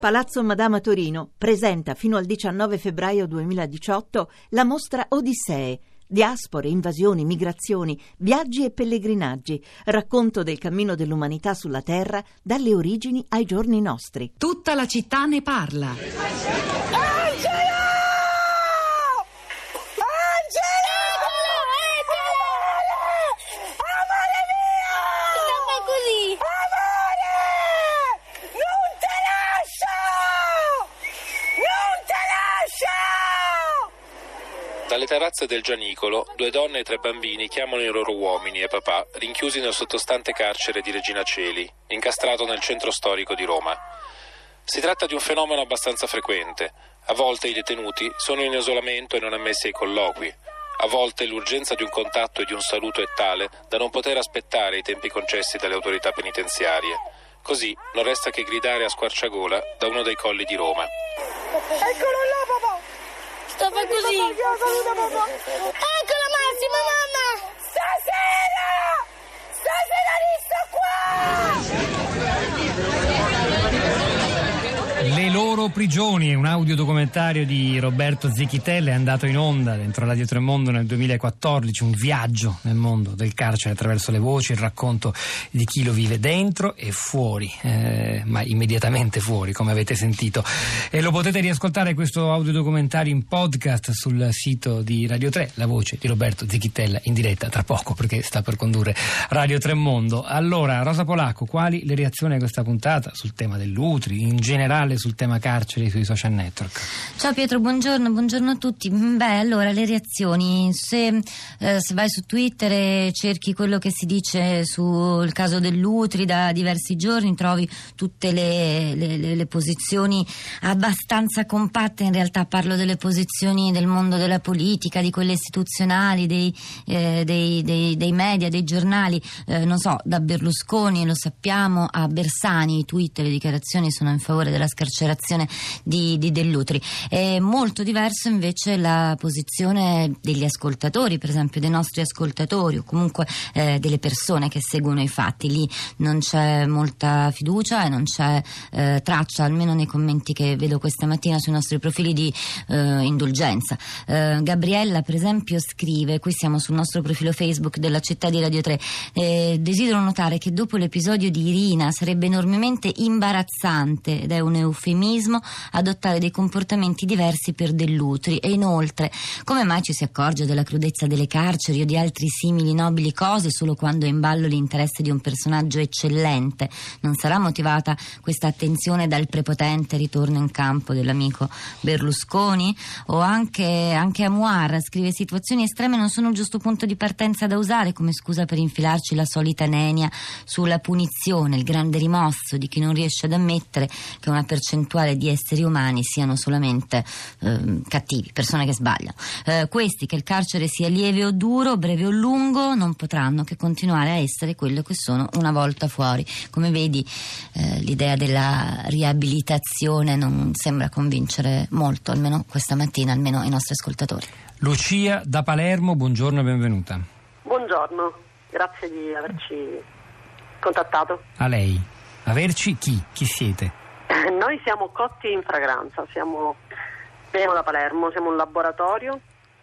Palazzo Madama Torino presenta fino al 19 febbraio 2018 la mostra Odissee. Diaspore, invasioni, migrazioni, viaggi e pellegrinaggi, racconto del cammino dell'umanità sulla Terra dalle origini ai giorni nostri. Tutta la città ne parla. Dalle terrazze del Gianicolo, 2 donne e 3 bambini chiamano i loro uomini e papà, rinchiusi nel sottostante carcere di Regina Coeli, incastrato nel centro storico di Roma. Si tratta di un fenomeno abbastanza frequente. A volte i detenuti sono in isolamento e non ammessi ai colloqui. A volte l'urgenza di un contatto e di un saluto è tale da non poter aspettare i tempi concessi dalle autorità penitenziarie. Così non resta che gridare a squarciagola da uno dei colli di Roma. Eccolo là, papà! Stava così! Eccola Massimo, mamma! Le loro prigioni, un audiodocumentario di Roberto Zecchitella, è andato in onda dentro Radio Tremondo nel 2014, un viaggio nel mondo del carcere attraverso le voci, il racconto di chi lo vive dentro e fuori, ma immediatamente fuori, come avete sentito. E lo potete riascoltare questo audiodocumentario in podcast sul sito di Radio 3, la voce di Roberto Zecchitella in diretta tra poco, perché sta per condurre Radio Tremondo. Allora, Rosa Polacco, quali le reazioni a questa puntata sul tema dell'utri, in generale sul tema carceri sui social network? Ciao Pietro, buongiorno a tutti. Allora, le reazioni, se vai su Twitter e cerchi quello che si dice sul caso dell'utri da diversi giorni, trovi tutte le posizioni abbastanza compatte. In realtà parlo delle posizioni del mondo della politica, di quelle istituzionali, dei media, dei giornali, non so, da Berlusconi, lo sappiamo, a Bersani. I tweet e le dichiarazioni sono in favore della scarcerazione di dell'utri. È molto diverso invece la posizione degli ascoltatori, per esempio dei nostri ascoltatori o comunque delle persone che seguono i fatti. Lì non c'è molta fiducia e non c'è traccia, almeno nei commenti che vedo questa mattina sui nostri profili, di indulgenza. Gabriella per esempio scrive, qui siamo sul nostro profilo Facebook della città di Radio 3, desidero notare che dopo l'episodio di Irina sarebbe enormemente imbarazzante, ed è un eufemismo, adottare dei comportamenti diversi per dell'utri. E inoltre, come mai ci si accorge della crudezza delle carceri o di altri simili nobili cose solo quando è in ballo l'interesse di un personaggio eccellente? Non sarà motivata questa attenzione dal prepotente ritorno in campo dell'amico Berlusconi? O anche Amuar scrive: situazioni estreme non sono il giusto punto di partenza da usare come scusa per infilarci la solita nenia sulla punizione, il grande rimorso di chi non riesce ad ammettere che una percentuale di esseri umani siano solamente cattivi, persone che sbagliano. Questi, che il carcere sia lieve o duro, breve o lungo, non potranno che continuare a essere quello che sono una volta fuori. Come vedi, l'idea della riabilitazione non sembra convincere molto, almeno questa mattina, almeno i nostri ascoltatori. Lucia da Palermo, buongiorno e benvenuta. Buongiorno, grazie di averci contattato. A lei. Averci chi? Chi siete? Noi siamo Cotti in Fragranza, veniamo da Palermo, siamo un laboratorio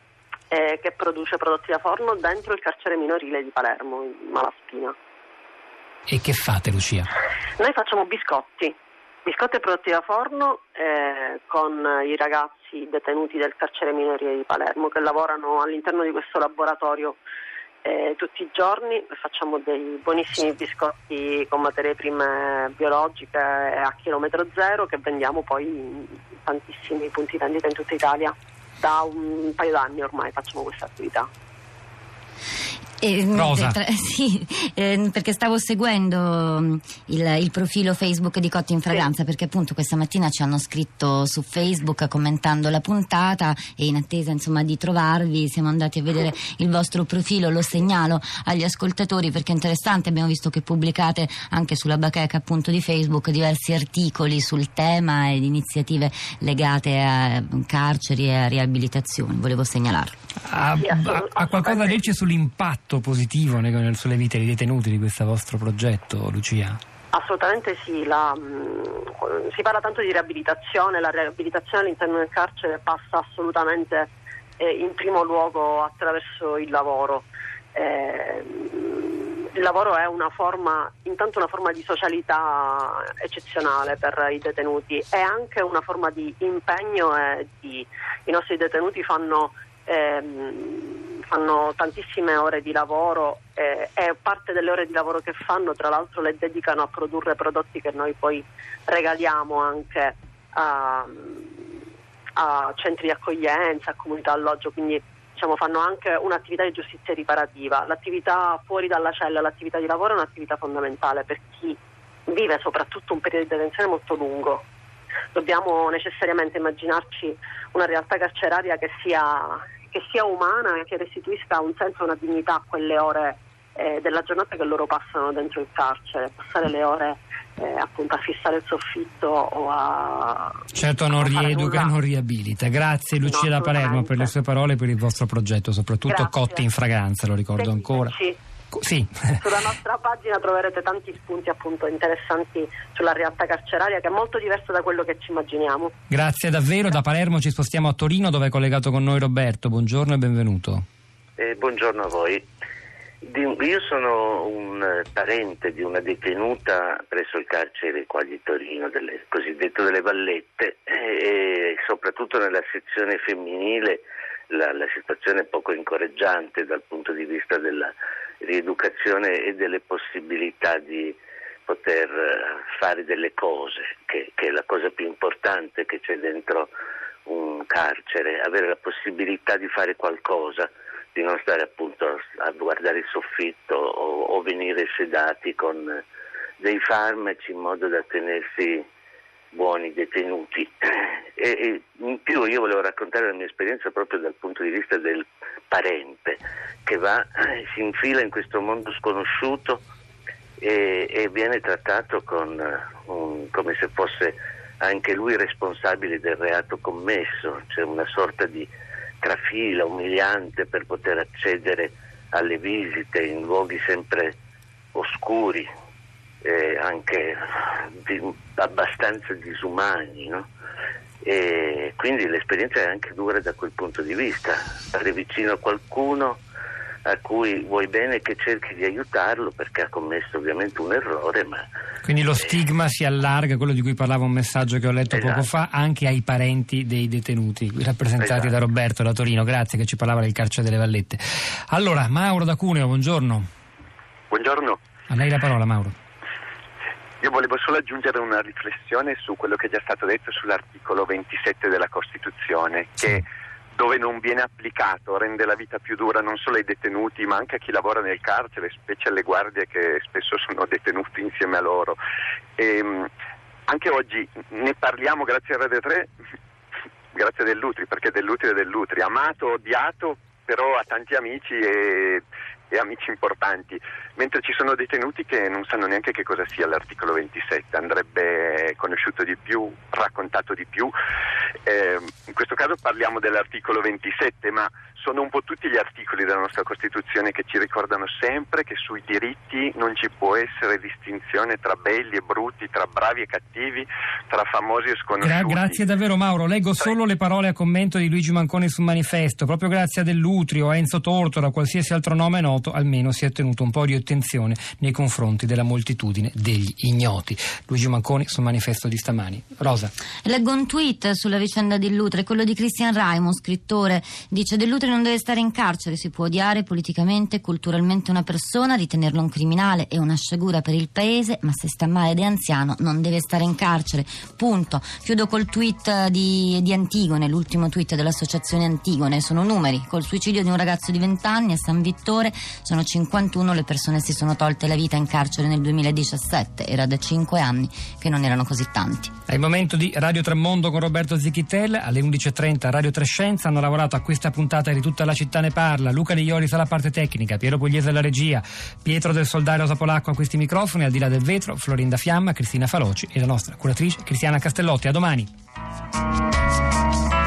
che produce prodotti da forno dentro il carcere minorile di Palermo, in Malaspina. E che fate, Lucia? Noi facciamo biscotti e prodotti da forno con i ragazzi detenuti del carcere minorile di Palermo che lavorano all'interno di questo laboratorio tutti i giorni. Facciamo dei buonissimi biscotti con materie prime biologiche a chilometro zero che vendiamo poi in tantissimi punti vendita in tutta Italia. Da un paio d'anni ormai facciamo questa attività. Rosa. Sì, perché stavo seguendo il profilo Facebook di Cotti in Fragranza, perché appunto questa mattina ci hanno scritto su Facebook commentando la puntata e in attesa insomma di trovarvi siamo andati a vedere il vostro profilo. Lo segnalo agli ascoltatori perché è interessante, abbiamo visto che pubblicate anche sulla bacheca appunto di Facebook diversi articoli sul tema ed iniziative legate a carceri e a riabilitazione, volevo segnalarlo. Ha qualcosa da dirci sull'impatto positivo sulle vite dei detenuti di questo vostro progetto, Lucia? Assolutamente sì, si parla tanto di riabilitazione, la riabilitazione all'interno del carcere passa assolutamente in primo luogo attraverso il lavoro. Il lavoro è intanto una forma di socialità eccezionale per i detenuti, è anche una forma di impegno i nostri detenuti fanno tantissime ore di lavoro e parte delle ore di lavoro che fanno tra l'altro le dedicano a produrre prodotti che noi poi regaliamo anche a centri di accoglienza, a comunità alloggio, quindi fanno anche un'attività di giustizia riparativa. L'attività fuori dalla cella, l'attività di lavoro è un'attività fondamentale per chi vive soprattutto un periodo di detenzione molto lungo. Dobbiamo necessariamente immaginarci una realtà carceraria che sia umana e che restituisca un senso e una dignità a quelle ore della giornata che loro passano dentro il carcere. Passare le ore appunto a fissare il soffitto o a... Certo, non rieduca, non riabilita. Grazie Lucia da Palermo per le sue parole e per il vostro progetto, soprattutto Grazie. Cotti in fragranza, lo ricordo ancora. Sì. Sulla nostra pagina troverete tanti spunti appunto interessanti sulla realtà carceraria, che è molto diversa da quello che ci immaginiamo. Grazie davvero. Da Palermo ci spostiamo a Torino, dove è collegato con noi Roberto. Buongiorno e benvenuto. Buongiorno a voi. Io sono un parente di una detenuta presso il carcere qua di Torino, cosiddetto delle Vallette, e soprattutto nella sezione femminile la situazione è poco incoraggiante dal punto di vista della rieducazione e delle possibilità di poter fare delle cose, che è la cosa più importante che c'è dentro un carcere, avere la possibilità di fare qualcosa, di non stare appunto a guardare il soffitto o venire sedati con dei farmaci in modo da tenersi buoni detenuti. E in più io volevo raccontare la mia esperienza proprio dal punto di vista del parente che si infila in questo mondo sconosciuto e viene trattato come se fosse anche lui responsabile del reato commesso. C'è una sorta di trafila umiliante per poter accedere alle visite in luoghi sempre oscuri, anche abbastanza disumani, no? E quindi l'esperienza è anche dura da quel punto di vista, stare vicino a qualcuno a cui vuoi bene, che cerchi di aiutarlo perché ha commesso ovviamente un errore, ma quindi lo stigma si allarga, quello di cui parlava un messaggio che ho letto poco fa, anche ai parenti dei detenuti rappresentati da Roberto da Torino. Grazie, che ci parlava del carcere delle Vallette. Allora, Mauro da Cuneo, buongiorno. Buongiorno. A lei la parola, Mauro. Io volevo solo aggiungere una riflessione su quello che è già stato detto sull'articolo 27 della Costituzione, che dove non viene applicato rende la vita più dura non solo ai detenuti ma anche a chi lavora nel carcere, specie alle guardie che spesso sono detenuti insieme a loro. E anche oggi ne parliamo grazie a Radio 3, grazie a Dell'Utri, perché Dell'Utri è Dell'Utri, amato, odiato, però ha tanti amici e amici importanti, mentre ci sono detenuti che non sanno neanche che cosa sia l'articolo 27, andrebbe conosciuto di più, raccontato di più. In questo caso parliamo dell'articolo 27, ma sono un po' tutti gli articoli della nostra Costituzione che ci ricordano sempre che sui diritti non ci può essere distinzione tra belli e brutti, tra bravi e cattivi, tra famosi e sconosciuti. Grazie davvero Mauro, leggo solo le parole a commento di Luigi Manconi sul manifesto. Proprio grazie a Dell'Utri o a Enzo Tortora o a qualsiasi altro nome noto, almeno si è ottenuto un po' di attenzione nei confronti della moltitudine degli ignoti. Luigi Manconi sul manifesto di stamani. Rosa. Leggo un tweet sulla vicenda di Dell'Utri, quello di Christian Raimo, scrittore. Dice: Dell'Utri non deve stare in carcere, si può odiare politicamente e culturalmente una persona, ritenerlo un criminale e una sciagura per il paese, ma se sta male ed è anziano non deve stare in carcere, punto. Chiudo col tweet di Antigone, l'ultimo tweet dell'associazione Antigone. Sono numeri: col suicidio di un ragazzo di 20 anni a San Vittore sono 51 le persone si sono tolte la vita in carcere nel 2017, era da 5 anni che non erano così tanti. È il momento di Radio Tremondo con Roberto Zichitel. Alle 11.30 Radio Trescenza hanno lavorato a questa puntata di Tutta la città ne parla. Luca Di Ioris alla parte tecnica, Piero Pugliese alla regia, Pietro del Soldario Rosa Polacco a questi microfoni, al di là del vetro Florinda Fiamma, Cristina Faloci e la nostra curatrice Cristiana Castellotti. A domani.